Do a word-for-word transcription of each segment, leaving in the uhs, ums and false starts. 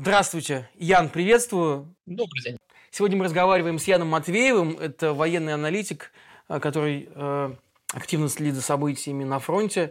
Здравствуйте, Ян, приветствую. Добрый день. Сегодня мы разговариваем с Яном Матвеевым. Это военный аналитик, э, который э, активно следит за событиями на фронте.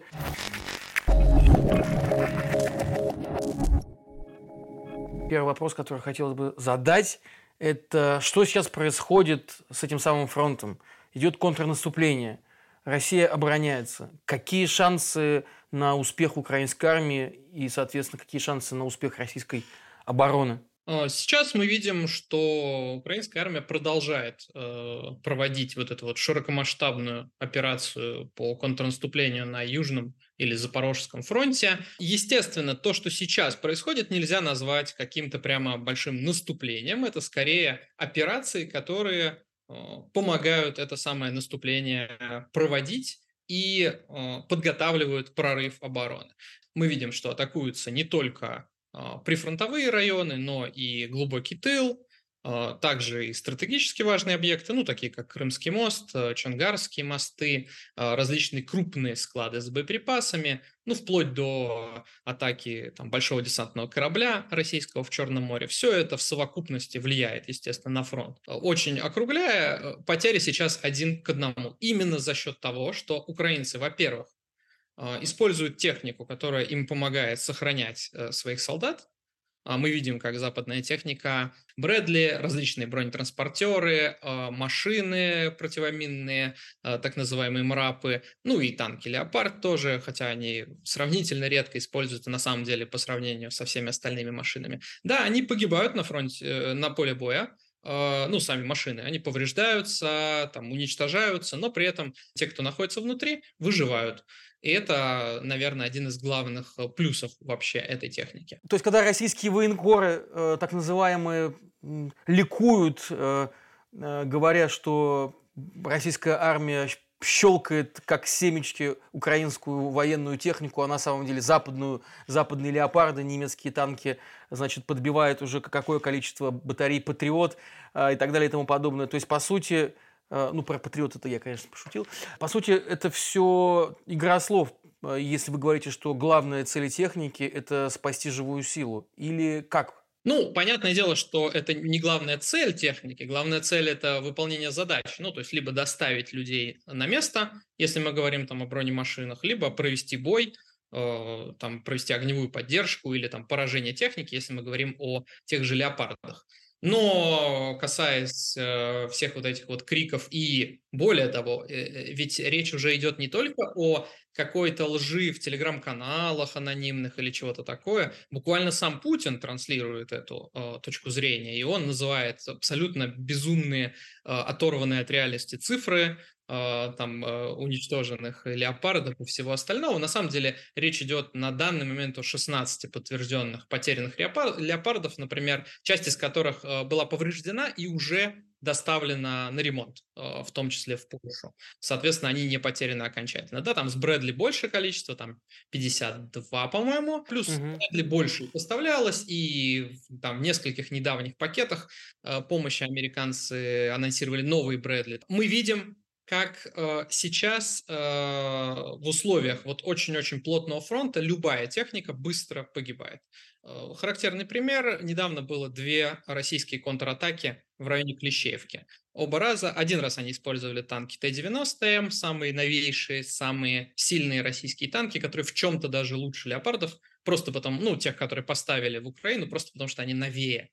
Первый вопрос, который хотелось бы задать, это что сейчас происходит с этим самым фронтом? Идет контрнаступление, Россия обороняется. Какие шансы на успех украинской армии и, соответственно, какие шансы на успех российской обороны? Сейчас мы видим, что украинская армия продолжает э, проводить вот эту вот широкомасштабную операцию по контрнаступлению на Южном или Запорожском фронте. Естественно, то, что сейчас происходит, нельзя назвать каким-то прямо большим наступлением. Это скорее операции, которые э, помогают это самое наступление проводить и э, подготавливают прорыв обороны. Мы видим, что атакуются не только прифронтовые районы, но и глубокий тыл, также и стратегически важные объекты, ну, такие как Крымский мост, Чонгарские мосты, различные крупные склады с боеприпасами, ну, вплоть до атаки там, большого десантного корабля российского в Черном море. Все это в совокупности влияет, естественно, на фронт. Очень округляя, потери сейчас один к одному. Именно за счет того, что украинцы, во-первых, используют технику, которая им помогает сохранять своих солдат. Мы видим, как западная техника Брэдли, различные бронетранспортеры, машины противоминные, так называемые МРАПы, ну и танки «Леопард» тоже, хотя они сравнительно редко используются на самом деле по сравнению со всеми остальными машинами. Да, они погибают на фронте, на поле боя, ну, сами машины, они повреждаются, там, уничтожаются, но при этом те, кто находится внутри, выживают. И это, наверное, один из главных плюсов вообще этой техники. То есть, когда российские военкоры, э, так называемые, э, ликуют, э, э, говоря, что российская армия щелкает, как семечки, украинскую военную технику, а на самом деле западную, западные леопарды, немецкие танки, значит, подбивают уже какое количество батарей «Патриот» э, и так далее и тому подобное. То есть, по сути... Ну, про «Патриот» это я, конечно, пошутил. По сути, это все игра слов, если вы говорите, что главная цель техники – это спасти живую силу. Или как? Ну, понятное дело, что это не главная цель техники. Главная цель – это выполнение задач. Ну, то есть, либо доставить людей на место, если мы говорим там о бронемашинах, либо провести бой, э, там, провести огневую поддержку или там поражение техники, если мы говорим о тех же «Леопардах». Но касаясь э, всех вот этих вот криков и более того, э, ведь речь уже идет не только о какой-то лжи в телеграм-каналах анонимных или чего-то такое. Буквально сам Путин транслирует эту э, точку зрения, и он называет абсолютно безумные, э, оторванные от реальности цифры, там уничтоженных леопардов и всего остального. На самом деле речь идет на данный момент о шестнадцати подтвержденных потерянных леопардов, например, часть из которых была повреждена и уже доставлена на ремонт, в том числе в Польшу. Соответственно, они не потеряны окончательно. Да, там с Брэдли большее количество, там пятьдесят два, по-моему, плюс угу. Брэдли больше поставлялось, и там в нескольких недавних пакетах помощи американцы анонсировали новые Брэдли. Мы видим, как э, сейчас э, в условиях вот очень-очень плотного фронта любая техника быстро погибает. Э, характерный пример. Недавно было две российские контратаки в районе Клещеевки. Оба раза, один раз они использовали танки Т девяносто М, самые новейшие, самые сильные российские танки, которые в чем-то даже лучше леопардов, просто потому, ну, тех, которые поставили в Украину, просто потому что они новее.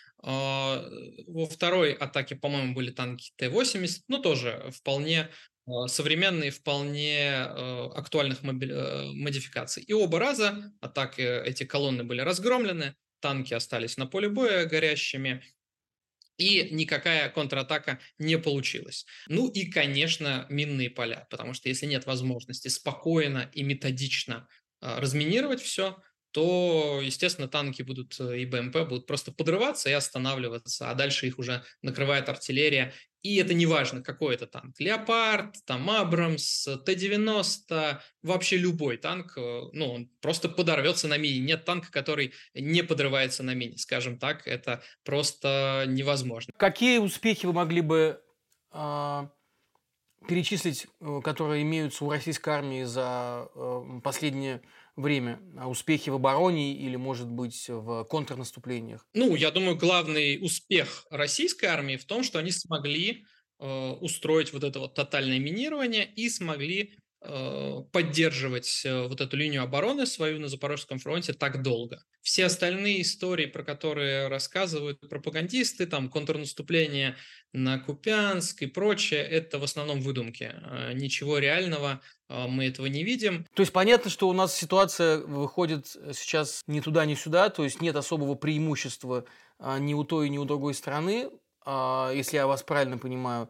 Во второй атаке, по-моему, были танки Т восемьдесят, ну, тоже вполне современные, вполне актуальных модификаций. И оба раза атаки, эти колонны были разгромлены, танки остались на поле боя горящими, и никакая контратака не получилась. Ну и, конечно, минные поля, потому что если нет возможности спокойно и методично разминировать все, то, естественно, танки будут и БМП будут просто подрываться и останавливаться, а дальше их уже накрывает артиллерия. И это не важно, какой это танк. Леопард, там Абрамс, Т девяносто, вообще любой танк, ну, он просто подорвется на мине. Нет танка, который не подрывается на мине, скажем так, это просто невозможно. Какие успехи вы могли бы э, перечислить, которые имеются у российской армии за э, последние время? А успехи в обороне или, может быть, в контрнаступлениях? Ну, я думаю, главный успех российской армии в том, что они смогли э, устроить вот это вот тотальное минирование и смогли э, поддерживать э, вот эту линию обороны свою на Запорожском фронте так долго. Все остальные истории, про которые рассказывают пропагандисты, там контрнаступление на Купянск и прочее, это в основном выдумки. Э, Ничего реального э, мы этого не видим. То есть понятно, что у нас ситуация выходит сейчас ни туда, ни сюда, то есть нет особого преимущества а, ни у той, ни у другой страны, а, если я вас правильно понимаю.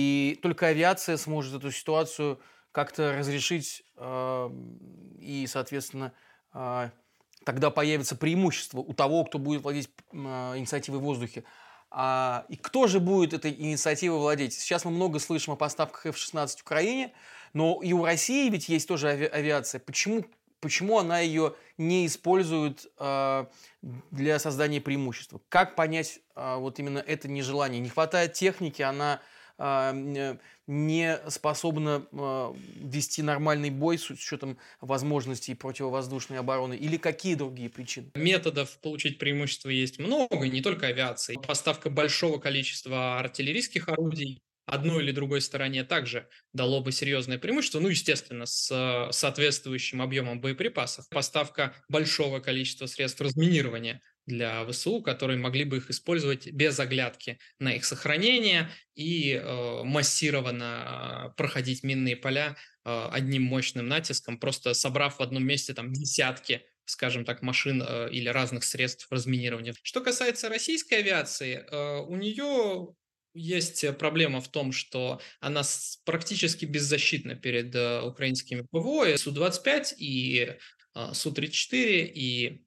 И только авиация сможет эту ситуацию как-то разрешить, а, и, соответственно, а, тогда появится преимущество у того, кто будет владеть а, инициативой в воздухе. А, и кто же будет этой инициативой владеть? Сейчас мы много слышим о поставках эф шестнадцать Украине, но и у России ведь есть тоже ави- авиация. Почему, почему она ее не использует а, для создания преимущества? Как понять а, вот именно это нежелание? Не хватает техники, она а, н- не способна а, вести нормальный бой с учетом возможностей противовоздушной обороны? Или какие другие причины? Методов получить преимущество есть много, не только авиации. Поставка большого количества артиллерийских орудий одной или другой стороне также дало бы серьезное преимущество, ну, естественно, с э, соответствующим объемом боеприпасов. Поставка большого количества средств разминирования для вэ эс у, которые могли бы их использовать без оглядки на их сохранение и э, массированно э, проходить минные поля э, одним мощным натиском, просто собрав в одном месте там десятки, скажем так, машин э, или разных средств разминирования. Что касается российской авиации, э, у нее есть проблема в том, что она с- практически беззащитна перед э, украинскими ПВО, и Су двадцать пять, и э, Су тридцать четыре, и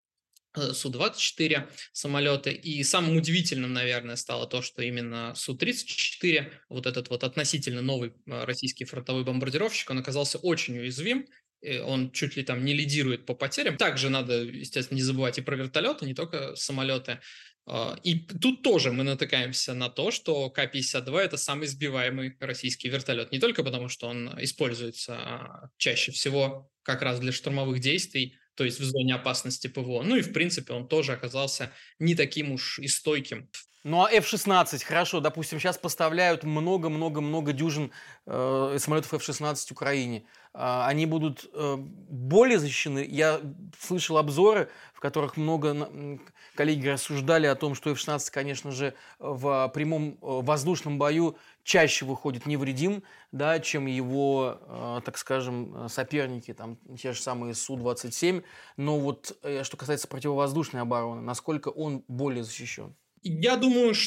э, Су двадцать четыре самолеты. И самым удивительным, наверное, стало то, что именно Су тридцать четыре, вот этот вот относительно новый э, российский фронтовой бомбардировщик, он оказался очень уязвим. э, Он чуть ли там не лидирует по потерям. Также надо, естественно, не забывать и про вертолеты, не только самолеты. А, И тут тоже мы натыкаемся на то, что Ка пятьдесят два – это самый сбиваемый российский вертолет. Не только потому, что он используется а, чаще всего как раз для штурмовых действий, то есть в зоне опасности ПВО. Ну и, в принципе, он тоже оказался не таким уж и стойким. Ну а эф шестнадцать, хорошо, допустим, сейчас поставляют много-много-много дюжин э, самолетов эф шестнадцать Украине. А, они будут э, более защищены. Я слышал обзоры, в которых много на- м, коллеги рассуждали о том, что эф шестнадцать, конечно же, в прямом э, воздушном бою чаще выходит невредим, да, чем его, э, так скажем, э, соперники, там, те же самые Су двадцать семь. Но вот э, что касается противовоздушной обороны, насколько он более защищен? Я думаю,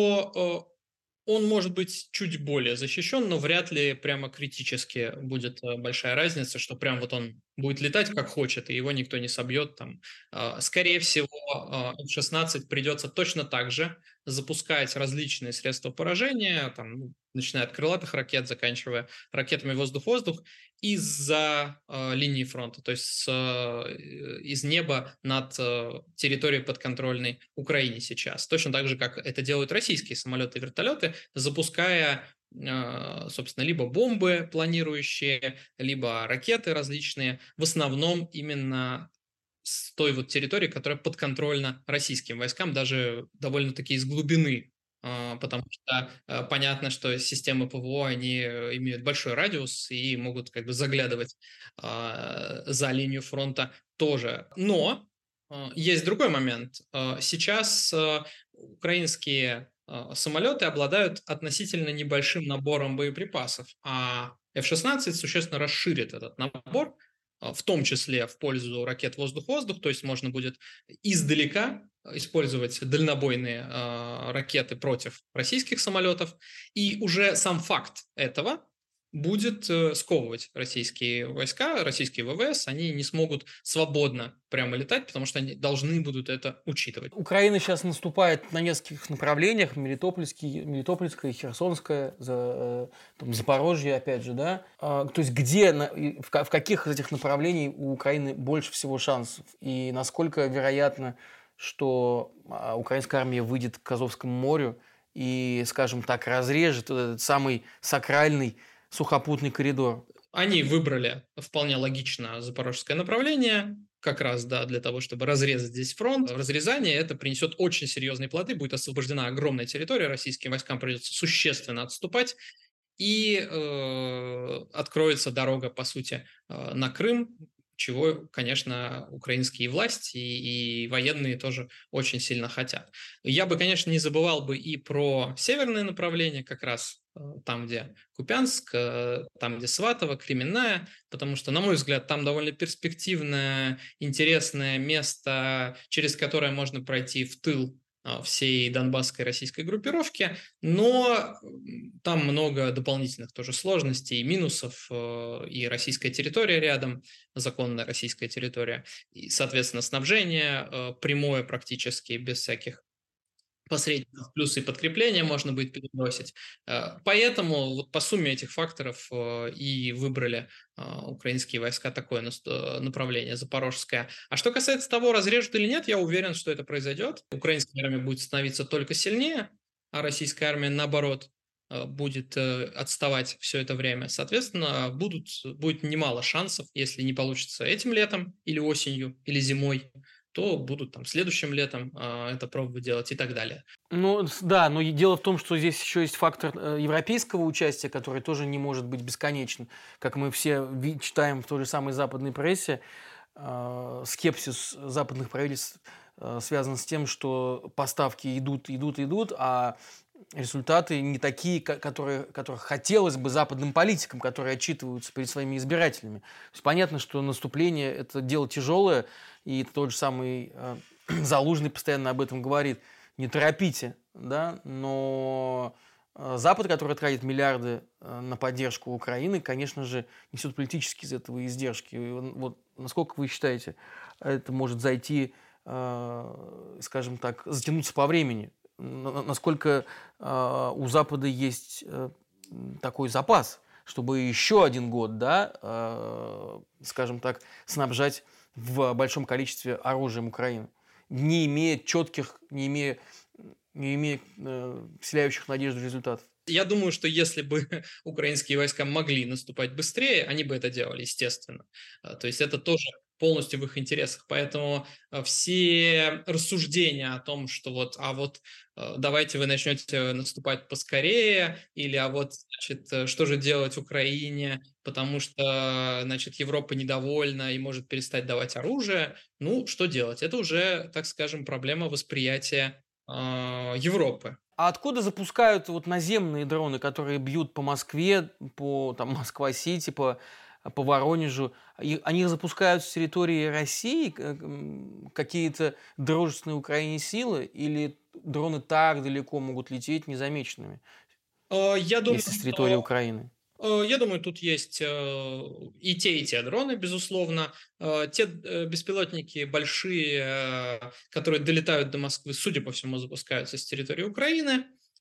что э, он может быть чуть более защищен, но вряд ли прямо критически будет э, большая разница, что прям вот он будет летать как хочет, и его никто не собьет там. А, Скорее всего, э, эф шестнадцать придется точно так же запускать различные средства поражения, там, ну, начиная от крылатых ракет, заканчивая ракетами воздух-воздух, из-за э, линии фронта, то есть с, э, из неба над э, территорией подконтрольной Украине сейчас. Точно так же, как это делают российские самолеты и вертолеты, запуская, э, собственно, либо бомбы планирующие, либо ракеты различные, в основном именно с той вот территории, которая подконтрольна российским войскам, даже довольно-таки из глубины, а, потому что а, понятно, что системы ПВО, они э, имеют большой радиус и могут как бы заглядывать а, за линию фронта тоже. Но а, есть другой момент. А, Сейчас а, украинские а, самолеты обладают относительно небольшим набором боеприпасов, а эф шестнадцать существенно расширит этот набор, а, в том числе в пользу ракет воздух-воздух, то есть можно будет издалека использовать дальнобойные э, ракеты против российских самолетов, и уже сам факт этого будет э, сковывать российские войска, российские вэ вэ эс, они не смогут свободно прямо летать, потому что они должны будут это учитывать. Украина сейчас наступает на нескольких направлениях: Мелитопольский, Мелитопольское, Херсонское, за, э, там, Запорожье, опять же, да. А, то есть где, на- и в, ка- в каких из этих направлений у Украины больше всего шансов? И насколько вероятно, что а, украинская армия выйдет к Азовскому морю и, скажем так, разрежет вот этот самый сакральный сухопутный коридор? Они выбрали вполне логично запорожское направление, как раз, да, для того, чтобы разрезать здесь фронт. Разрезание это принесет очень серьезные плоды, будет освобождена огромная территория, российским войскам придется существенно отступать, и э, откроется дорога, по сути, э, на Крым, чего, конечно, украинские власти и, и военные тоже очень сильно хотят. Я бы, конечно, не забывал бы и про северное направление, как раз э, там, где Купянск, э, там, где Сватово, Кременная, потому что, на мой взгляд, там довольно перспективное, интересное место, через которое можно пройти в тыл а, всей донбасской российской группировки, но м, там много дополнительных тоже сложностей и минусов, э, и российская территория рядом, законная российская территория, и, соответственно, снабжение э, прямое практически, без всяких посредников, плюс и подкрепления можно будет перебросить. Э, Поэтому вот по сумме этих факторов э, и выбрали э, украинские войска такое нас- э, направление, запорожское. А что касается того, разрежут или нет, я уверен, что это произойдет. Украинская армия будет становиться только сильнее, а российская армия, наоборот, э, будет э, отставать все это время. Соответственно, будут, будет немало шансов, если не получится этим летом или осенью, или зимой, то будут там следующим летом а, это пробовать делать и так далее. Ну, с- да, но и дело в том, что здесь еще есть фактор э, европейского участия, который тоже не может быть бесконечен. Как мы все ви- читаем в той же самой западной прессе, э, скепсис западных правительств э, связан с тем, что поставки идут, идут, идут, а результаты не такие, ко- которые, которых хотелось бы западным политикам, которые отчитываются перед своими избирателями. То есть понятно, что наступление – это дело тяжелое, и тот же самый э, Залужный постоянно об этом говорит. Не торопите, да, но э, Запад, который тратит миллиарды э, на поддержку Украины, конечно же, несет политические из этого издержки. И он- вот насколько вы считаете, это может зайти, э, скажем так, затянуться по времени? На- на- Насколько э, у Запада есть э, м, такой запас, чтобы еще один год, да, э, скажем так, снабжать в большом количестве оружием Украины, не имея четких, не имея, не имея э, вселяющих надежду результатов. Я думаю, что если бы украинские войска могли наступать быстрее, они бы это делали, естественно. А, То есть это тоже полностью в их интересах. Поэтому а, все рассуждения о том, что вот, а вот а, давайте вы начнете наступать поскорее, или а вот, значит, э, что же делать Украине, потому что, значит, Европа недовольна и может перестать давать оружие. Ну, что делать? Это уже, так скажем, проблема восприятия а, Европы. А откуда запускают вот наземные дроны, которые бьют по Москве, по там, Москва-Сити, по, по Воронежу? И они их запускают с территории России, к- м, какие-то дружественные Украине силы, или дроны так далеко могут лететь незамеченными, А, Я думаю, если с территории что Украины? Э, Я думаю, тут есть э, и те, и те дроны, безусловно. Э, Те э, беспилотники большие, э, которые долетают до Москвы, судя по всему, запускаются с территории Украины,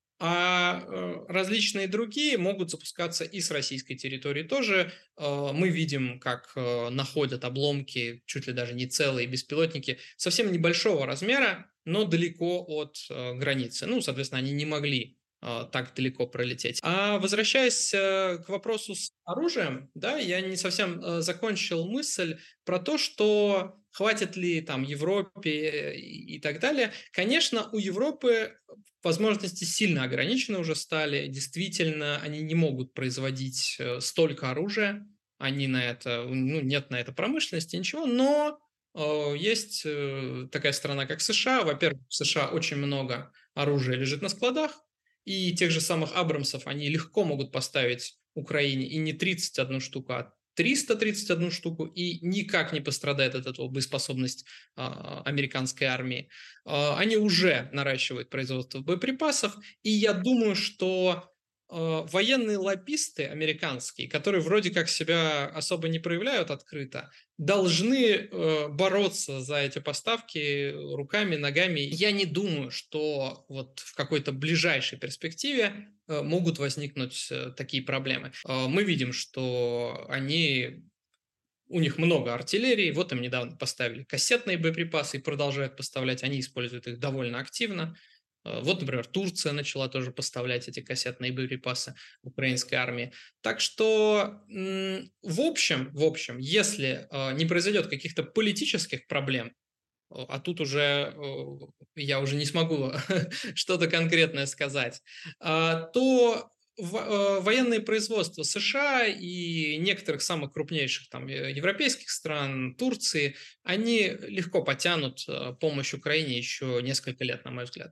а э, различные другие могут запускаться и с российской территории тоже. Э, Мы видим, как э, находят обломки, чуть ли даже не целые беспилотники, совсем небольшого размера, но далеко от э, границы. Ну, соответственно, они не могли а, так далеко пролететь. А возвращаясь э, к вопросу с оружием, да, я не совсем э, закончил мысль про то, что хватит ли там Европе э, и, и так далее. Конечно, у Европы возможности сильно ограничены уже стали. Действительно, они не могут производить э, столько оружия. Они на это, ну, нет на это промышленности, ничего, но э, есть э, такая страна, как США. Во-первых, в США очень много оружия лежит на складах, и тех же самых Абрамсов они легко могут поставить Украине и не тридцать одну штуку, а триста тридцать одну штуку, и никак не пострадает от этого боеспособность а, американской армии. А, они уже наращивают производство боеприпасов, и я думаю, что а, военные лоббисты американские, которые вроде как себя особо не проявляют открыто, должны э, бороться за эти поставки руками, ногами. Я не думаю, что вот в какой-то ближайшей перспективе э, могут возникнуть э, такие проблемы. Э, мы видим, что они у них много артиллерии, вот им недавно поставили кассетные боеприпасы и продолжают поставлять, они используют их довольно активно. Вот, например, Турция начала тоже поставлять эти кассетные боеприпасы украинской армии. Так что, в общем, в общем, если не произойдет каких-то политических проблем, а тут уже я уже не смогу что-то конкретное сказать, то военные производства США и некоторых самых крупнейших там европейских стран, Турции, они легко потянут помощь Украине еще несколько лет, на мой взгляд.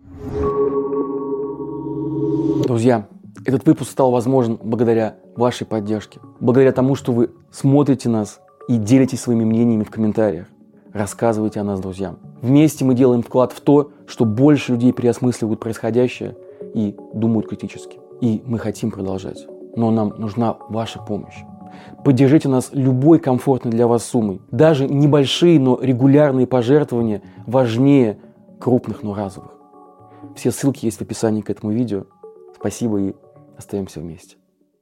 Друзья, этот выпуск стал возможен благодаря вашей поддержке, благодаря тому, что вы смотрите нас и делитесь своими мнениями в комментариях. Рассказывайте о нас друзьям. Вместе мы делаем вклад в то, что больше людей переосмысливают происходящее и думают критически. И мы хотим продолжать. Но нам нужна ваша помощь. Поддержите нас любой комфортной для вас суммой. Даже небольшие, но регулярные пожертвования важнее крупных, но разовых. Все ссылки есть в описании к этому видео. Спасибо и остаемся вместе.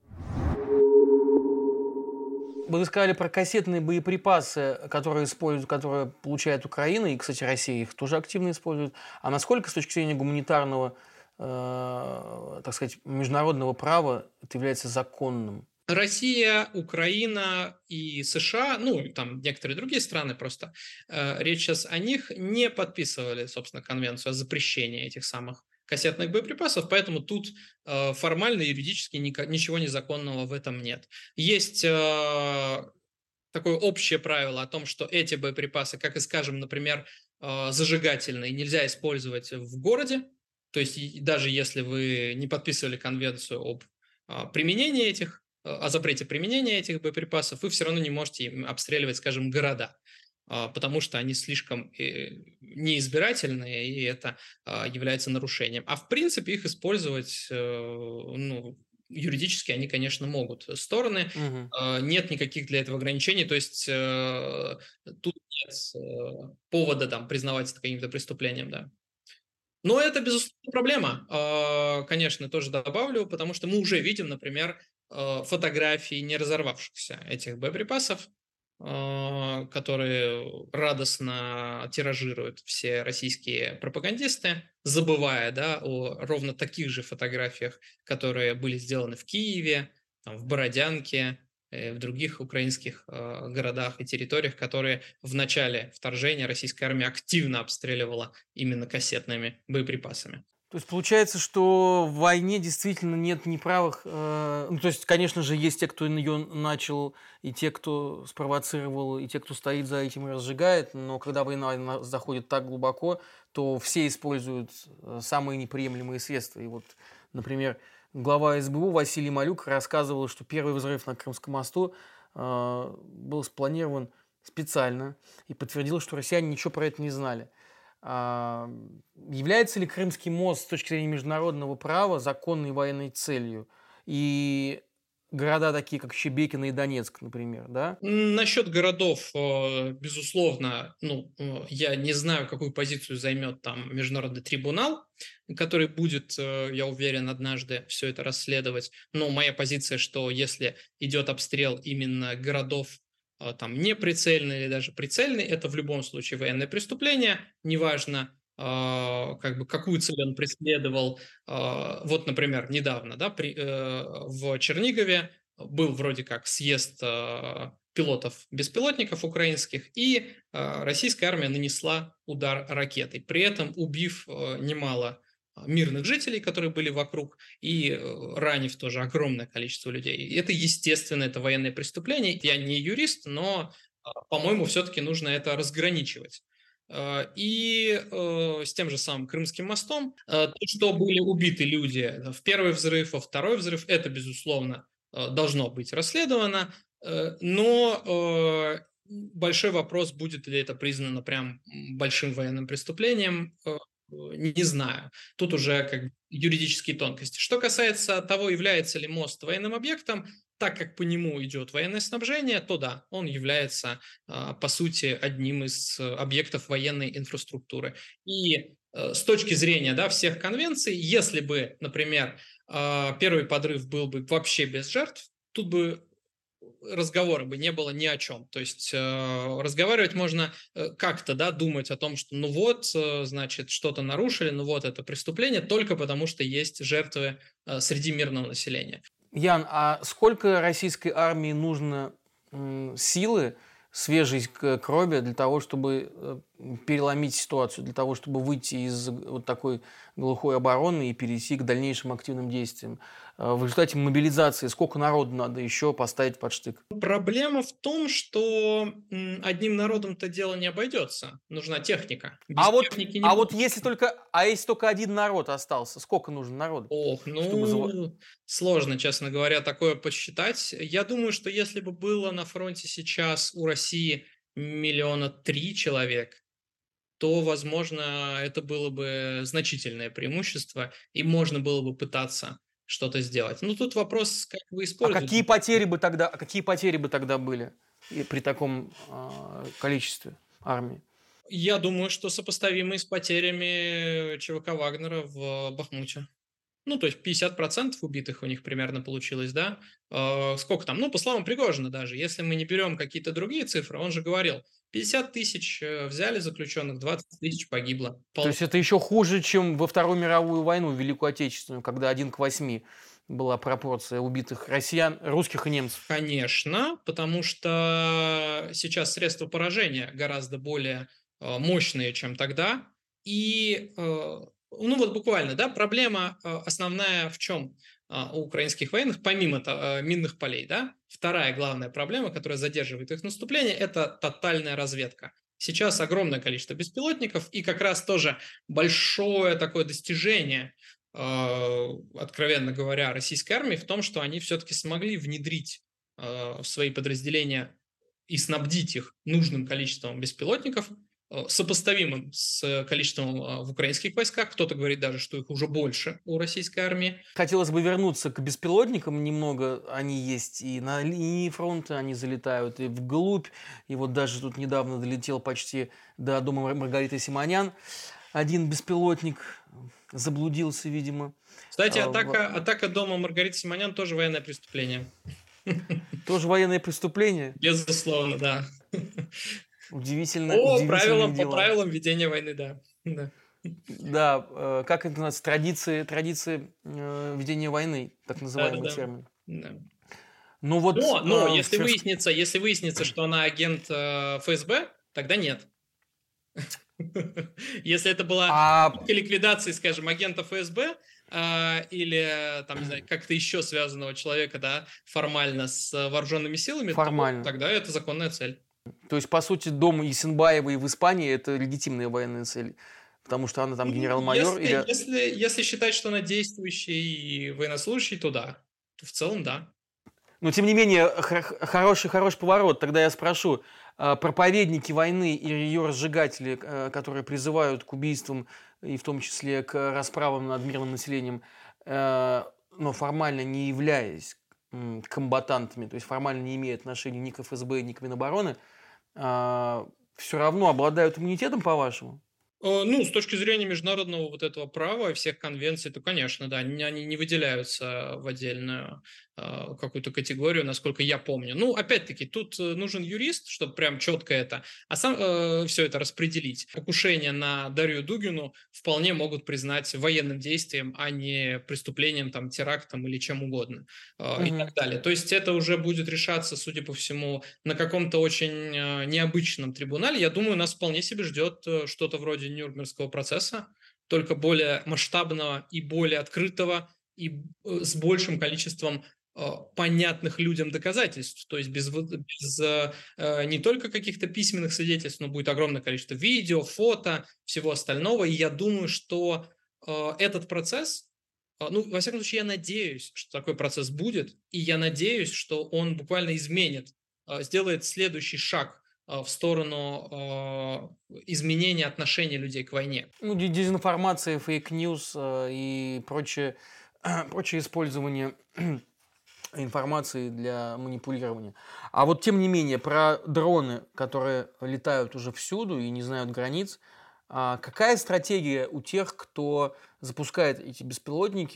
Вы сказали про кассетные боеприпасы, которые используют, которые получает Украина, и, кстати, Россия их тоже активно использует. А насколько с точки зрения гуманитарного, э, так сказать, международного права это является законным? Россия, Украина и США, ну, там некоторые другие страны просто, э, речь сейчас о них, не подписывали, собственно, конвенцию о запрещении этих самых кассетных боеприпасов, поэтому тут э, формально, юридически ни, ничего незаконного в этом нет. Есть э, такое общее правило о том, что эти боеприпасы, как и, скажем, например, э, зажигательные, нельзя использовать в городе, то есть даже если вы не подписывали конвенцию об э, применении этих о запрете применения этих боеприпасов, вы все равно не можете им обстреливать, скажем, города, потому что они слишком неизбирательные, и это является нарушением. А в принципе их использовать, ну, юридически они, конечно, могут. Стороны, угу. Нет никаких для этого ограничений, то есть тут нет повода там признавать это каким-то преступлением, да. Но это, безусловно, проблема, конечно, тоже добавлю, потому что мы уже видим, например, фотографии не разорвавшихся этих боеприпасов, которые радостно тиражируют все российские пропагандисты, забывая, да, о ровно таких же фотографиях, которые были сделаны в Киеве, там, в Бородянке, в других украинских э, городах и территориях, которые в начале вторжения российская армия активно обстреливала именно кассетными боеприпасами. То есть получается, что в войне действительно нет неправых... Э, ну, то есть, конечно же, есть те, кто ее начал, и те, кто спровоцировал, и те, кто стоит за этим и разжигает, но когда война заходит так глубоко, то все используют самые неприемлемые средства. И вот, например, глава СБУ Василий Малюк рассказывал, что первый взрыв на Крымском мосту э, был спланирован специально и подтвердил, что россияне ничего про это не знали. А, является ли Крымский мост с точки зрения международного права законной военной целью? И города такие, как Шебекино и Донецк, например, да? Насчет городов, безусловно, ну, я не знаю, какую позицию займет там международный трибунал, который будет, я уверен, однажды все это расследовать. Но моя позиция, что если идет обстрел именно городов, там неприцельный или даже прицельный, это в любом случае военное преступление, неважно, как бы какую цель он преследовал. Вот, например, недавно, да, при, в Чернигове был вроде как съезд пилотов-беспилотников украинских, и российская армия нанесла удар ракетой, при этом убив немало мирных жителей, которые были вокруг, и ранив тоже огромное количество людей. И это, естественно, это военное преступление. Я не юрист, но, по-моему, все-таки нужно это разграничивать. И э, с тем же самым Крымским мостом, э, то, что были убиты люди в первый взрыв, во второй взрыв, это, безусловно, э, должно быть расследовано, э, но э, большой вопрос, будет ли это признано прям большим военным преступлением, э, не знаю. Тут уже как бы юридические тонкости. Что касается того, является ли мост военным объектом, так как по нему идет военное снабжение, то да, он является, по сути, одним из объектов военной инфраструктуры. И с точки зрения, да, всех конвенций, если бы, например, первый подрыв был бы вообще без жертв, тут бы разговора бы не было ни о чем. То есть э, разговаривать можно э, как-то, да, думать о том, что ну вот, э, значит, что-то нарушили, ну вот это преступление, только потому что есть жертвы э, среди мирного населения. Ян, а сколько российской армии нужно м, силы, свежей к- крови для того, чтобы э, переломить ситуацию, для того, чтобы выйти из вот такой глухой обороны и перейти к дальнейшим активным действиям? Э, В результате мобилизации сколько народу надо еще поставить под штык? Проблема в том, что м, одним народом-то дело не обойдется. Нужна техника. Без А вот, техники не а вот получится. если только, а если только один народ остался, сколько нужно народу, Ох, чтобы заво- ну, сложно, честно говоря, такое посчитать. Я думаю, что если бы было на фронте сейчас у России миллиона три человек, то, возможно, это было бы значительное преимущество, и можно было бы пытаться что-то сделать. Ну, тут вопрос, как вы А какие используете. потери бы тогда, а какие потери бы тогда были и при таком а, количестве армии? Я думаю, что сопоставимые с потерями ЧВК Вагнера в Бахмуте. Ну, то есть пятьдесят процентов убитых у них примерно получилось, да? Э, сколько там? Ну, по словам Пригожина даже, если мы не берем какие-то другие цифры, он же говорил, пятьдесят тысяч э, взяли заключенных, двадцать тысяч погибло. То есть это еще хуже, чем во Вторую мировую войну, Великую Отечественную, когда один к восьми была пропорция убитых россиян, русских и немцев. Конечно, потому что сейчас средства поражения гораздо более э, мощные, чем тогда. И, э, ну вот буквально, да, проблема э, основная в чем а, у украинских военных, помимо то- э, минных полей, да, вторая главная проблема, которая задерживает их наступление, это тотальная разведка. Сейчас огромное количество беспилотников, и как раз тоже большое такое достижение, э, откровенно говоря, российской армии в том, что они все-таки смогли внедрить э, в свои подразделения и снабдить их нужным количеством беспилотников, э, сопоставимым с количеством э, в украинских войсках. Кто-то говорит даже, что их уже больше у российской армии. Хотелось бы вернуться к беспилотникам немного. Они есть и на линии фронта, они залетают и вглубь. И вот даже тут недавно долетел почти до дома Мар- Маргариты Симонян. Один беспилотник заблудился, видимо. Кстати, А, в- атака, атака дома Маргариты Симонян тоже военное преступление. Тоже военное преступление. Безусловно, да. Удивительно, По удивительные правилам, по дела. правилам ведения войны, да. Да, Да, э, как это называется? Традиции, традиции э, ведения войны, так да, называемый да. термин. Да. Ну вот, Но, но э, в если Тверск- выяснится, если выяснится, что она агент э, ФСБ, тогда нет. Если это была а попытка ликвидации, скажем, агента ФСБ а, или там, не знаю, как-то еще связанного человека, да, формально с э, вооруженными силами, то формально. тогда это законная цель. То есть, по сути, дом Есенбаевой в Испании – это легитимная военная цель, потому что она там Ну, генерал-майор Если, или… если, если считать, что она действующий и военнослужащий, то да. То в целом да. Но, тем не менее, хор- хороший, хороший поворот. Тогда я спрошу, а, проповедники войны и ее разжигатели, э, которые призывают к убийствам и в том числе к расправам над мирным населением, э, но формально не являясь м, комбатантами, то есть формально не имея отношения ни к ФСБ, ни к Минобороны, все равно обладают иммунитетом, по-вашему? Э, Ну, с точки зрения международного вот этого права и всех конвенций, то, конечно, да, они они не выделяются в отдельную э, какую-то категорию, насколько я помню. Ну, опять-таки, тут э, нужен юрист, чтобы прям четко это, а сам все это распределить. Покушение на Дарью Дугину вполне могут признать военным действием, а не преступлением, там, терактом или чем угодно э, и Мгм. так далее. То есть это уже будет решаться, судя по всему, на каком-то очень э, необычном трибунале. Я думаю, нас вполне себе ждет э, что-то вроде Нюрнбергского процесса, только более масштабного и более открытого, и э, с большим количеством э, понятных людям доказательств, то есть без, вот- без э, э, не только каких-то письменных свидетельств, но будет огромное количество видео, фото, всего остального. И я думаю, что э, этот процесс, э, ну, во всяком случае, я надеюсь, что такой процесс будет, и я надеюсь, что он буквально изменит, э, сделает следующий шаг э, в сторону э, изменения отношения людей к войне. Ну, де- дезинформация, фейк-ньюс э, и прочее, прочее использование информации для манипулирования. А вот тем не менее, про дроны, которые летают уже всюду и не знают границ, а какая стратегия у тех, кто запускает эти беспилотники,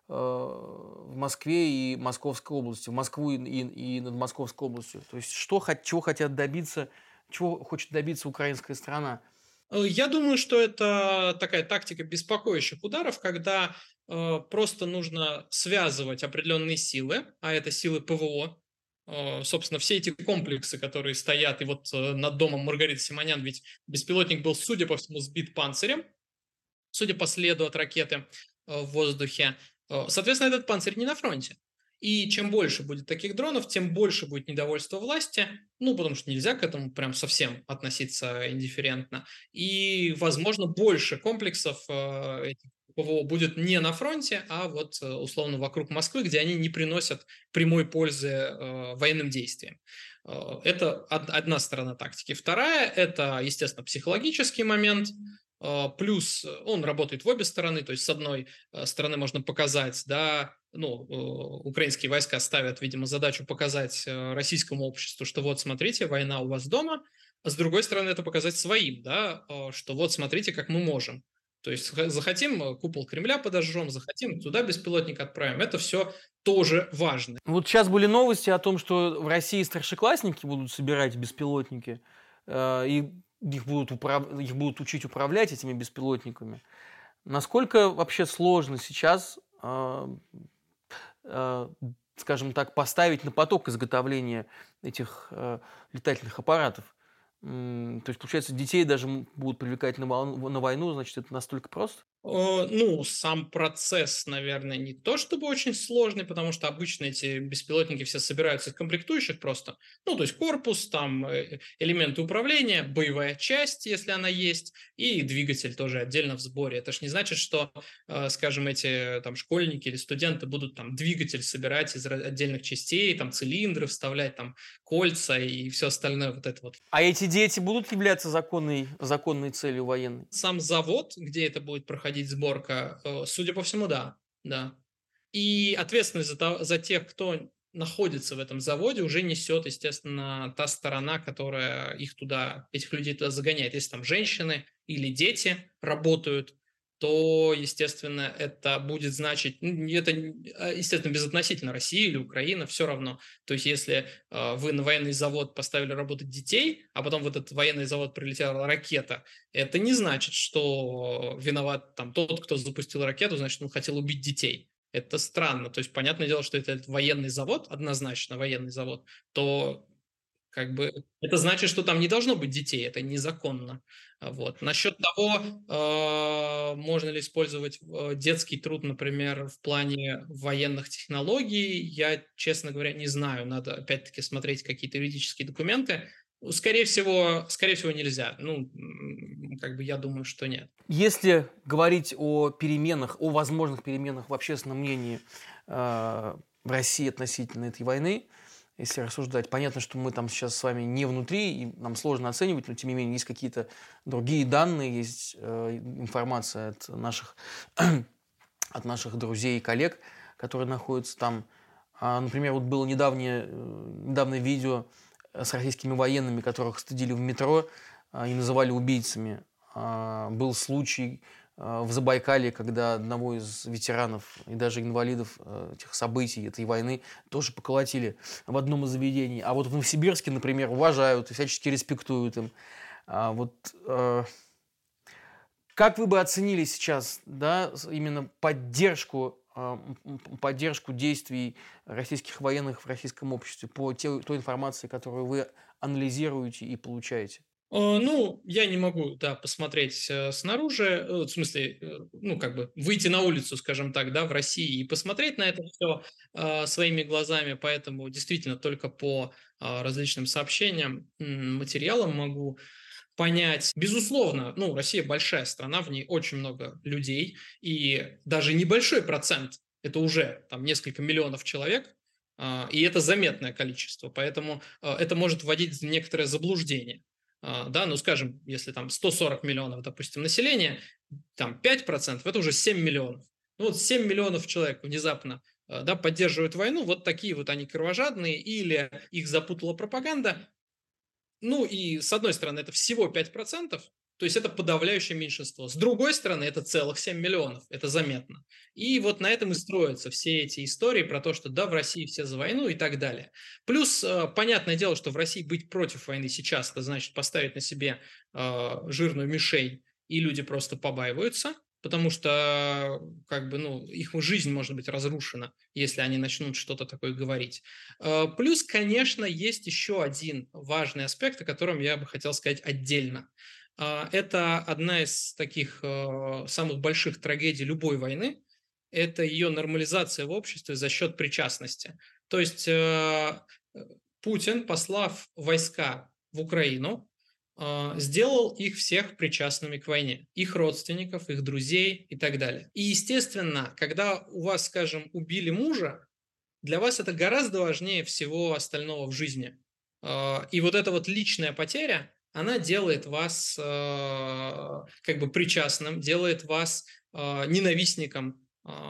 в Москве и Московской области, в Москву и, и, и над Московской областью. То есть что, чего хотят добиться, чего хочет добиться украинская страна? Я думаю, что это такая тактика беспокоящих ударов, когда э, просто нужно связывать определенные силы, а это силы ПВО. Э, собственно, все эти комплексы, которые стоят, и вот э, над домом Маргариты Симонян, ведь беспилотник был, судя по всему, сбит панцирем, судя по следу от ракеты э, в воздухе. Э, соответственно, этот панцирь не на фронте. И чем больше будет таких дронов, тем больше будет недовольство власти, ну, потому что нельзя к этому прям совсем относиться индифферентно. И, возможно, больше комплексов э, этих ПВО будет не на фронте, а вот э, условно вокруг Москвы, где они не приносят прямой пользы э, военным действиям. Э, это од- одна сторона тактики. Вторая – это, естественно, психологический момент. Э, Плюс он работает в обе стороны, то есть с одной э, стороны можно показать, да, ну, э, украинские войска ставят, видимо, задачу показать э, российскому обществу, что вот, смотрите, война у вас дома, а с другой стороны это показать своим, да, э, что вот, смотрите, как мы можем. То есть х- захотим э, купол Кремля подожжем, захотим туда беспилотник отправим. Это все тоже важно. Вот сейчас были новости о том, что в России старшеклассники будут собирать беспилотники, э, и их будут, управ- их будут учить управлять этими беспилотниками. Насколько вообще сложно сейчас, э, э, скажем так, поставить на поток изготовления этих э, летательных аппаратов? М, То есть, получается, детей даже м- будут привлекать на, вол- на войну, значит, это настолько просто? Э, Ну, сам процесс, наверное, не то чтобы очень сложный, потому что обычно эти беспилотники все собираются из комплектующих просто. Ну, то есть корпус, там э, элементы управления, боевая часть, если она есть, и двигатель тоже отдельно в сборе. Это ж не значит, что, э, скажем, эти там школьники или студенты будут там двигатель собирать из ra- отдельных частей, там цилиндры вставлять, там кольца и все остальное вот это вот. А эти дети будут являться законной, законной целью военной? Сам завод, где это будет проходить сборка, э, судя по всему, да, да. И ответственность за, то- за тех, кто находится в этом заводе, уже несет, естественно, та сторона, которая их туда, этих людей туда загоняет. Если там женщины или дети работают, то, естественно, это будет значить, ну, это, а, естественно, безотносительно России или Украины, все равно. То есть, если э, вы на военный завод поставили работать детей, а потом в этот военный завод прилетела ракета, это не значит, что виноват там тот, кто запустил ракету, значит, он хотел убить детей. Это странно. То есть, понятное дело, что это военный завод, однозначно военный завод, то как бы это значит, что там не должно быть детей, это незаконно. А Вот. Насчет того, э, можно ли использовать э, детский труд, например, в плане военных технологий, я, честно говоря, не знаю. Надо, опять-таки, смотреть какие-то юридические документы. Скорее всего, скорее всего, нельзя. Ну, м, как бы я думаю, что нет. Если говорить о переменах, о возможных переменах в общественном мнении э, в России относительно этой войны, если рассуждать, понятно, что мы там сейчас с вами не внутри, и нам сложно оценивать, но тем не менее есть какие-то другие данные, есть э, информация от наших, от наших друзей и коллег, которые находятся там. А, например, вот было недавнее, э, недавнее видео с российскими военными, которых стыдили в метро а, и называли убийцами. А, Был случай а, в Забайкалье, когда одного из ветеранов и даже инвалидов а, этих событий, этой войны, тоже поколотили в одном из заведений. А вот в Новосибирске, например, уважают и всячески респектуют им. А вот э, как вы бы оценили сейчас, да, с- именно поддержку, а, м, м, поддержку действий российских военных в российском обществе по те- той информации, которую вы анализируете и получаете? Э, Ну, я не могу, да, посмотреть э, снаружи, э, в смысле, э, ну, как бы выйти на улицу, скажем так, да, в России и посмотреть на это все своими глазами, поэтому действительно только по а, различным сообщениям, м, материалам могу понять. Безусловно, ну, Россия большая страна, в ней очень много людей, и даже небольшой процент, это уже там несколько миллионов человек, а, и это заметное количество, поэтому а, это может вводить в некоторое заблуждение. А, Да, ну, скажем, если там сто сорок миллионов, допустим, населения, там пять процентов, это уже семь миллионов. Ну, вот семь миллионов человек внезапно а, да, поддерживают войну, вот такие вот они кровожадные, или их запутала пропаганда, ну и с одной стороны это всего пять процентов, То есть это подавляющее меньшинство. С другой стороны, это целых семь миллионов. Это заметно. И вот на этом и строятся все эти истории про то, что да, в России все за войну и так далее. Плюс, э, понятное дело, что в России быть против войны сейчас, это значит поставить на себе э, жирную мишень, и люди просто побаиваются, потому что как бы, ну, их жизнь может быть разрушена, если они начнут что-то такое говорить. Э, плюс, конечно, есть еще один важный аспект, о котором я бы хотел сказать отдельно. Это одна из таких э, самых больших трагедий любой войны. Это ее нормализация в обществе за счет причастности. То есть э, Путин, послав войска в Украину, э, сделал их всех причастными к войне. Их родственников, их друзей и так далее. И, естественно, когда у вас, скажем, убили мужа, для вас это гораздо важнее всего остального в жизни. Э, и вот эта вот личная потеря, она делает вас э, как бы причастным, делает вас э, ненавистником,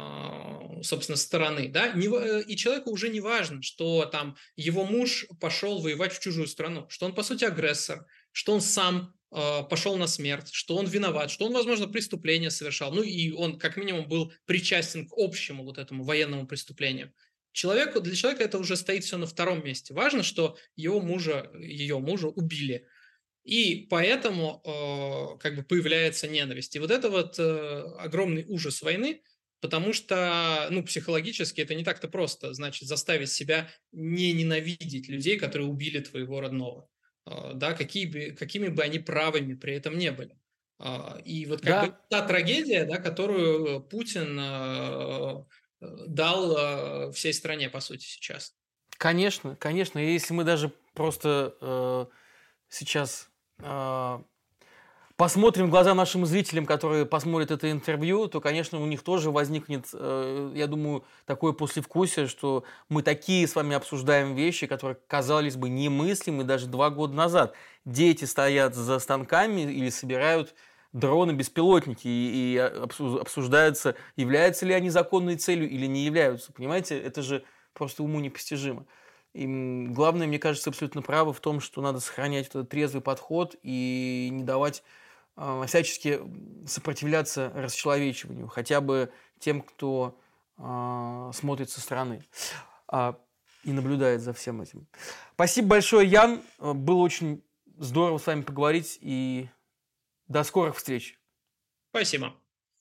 э, собственно, стороны. Да? Не, и человеку уже не важно, что там его муж пошел воевать в чужую страну, что он, по сути, агрессор, что он сам э, пошел на смерть, что он виноват, что он, возможно, преступление совершал. Ну и он, как минимум, был причастен к общему вот этому военному преступлению. Человеку, для человека это уже стоит все на втором месте. Важно, что его мужа, ее мужа убили. И поэтому э, как бы появляется ненависть. И вот это вот э, огромный ужас войны, потому что, ну, психологически это не так-то просто, значит, заставить себя не ненавидеть людей, которые убили твоего родного, э, да, какие бы, какими бы они правыми при этом не были. Э, и вот как Да. бы та трагедия, да, которую Путин э, дал э, всей стране, по сути, сейчас. Конечно, конечно. И если мы даже просто э, сейчас э, посмотрим в глаза нашим зрителям, которые посмотрят это интервью, то, конечно, у них тоже возникнет, э, я думаю, такое послевкусие, что мы такие с вами обсуждаем вещи, которые, казалось бы, немыслимы даже два года назад. Дети стоят за станками или собирают дроны-беспилотники, и, и обсуждается, являются ли они законной целью или не являются. Понимаете, это же просто уму непостижимо. И главное, мне кажется, абсолютно правы в том, что надо сохранять этот трезвый подход и не давать э, всячески сопротивляться расчеловечиванию, хотя бы тем, кто э, смотрит со стороны э, и наблюдает за всем этим. Спасибо большое, Ян. Было очень здорово с вами поговорить, и до скорых встреч. Спасибо.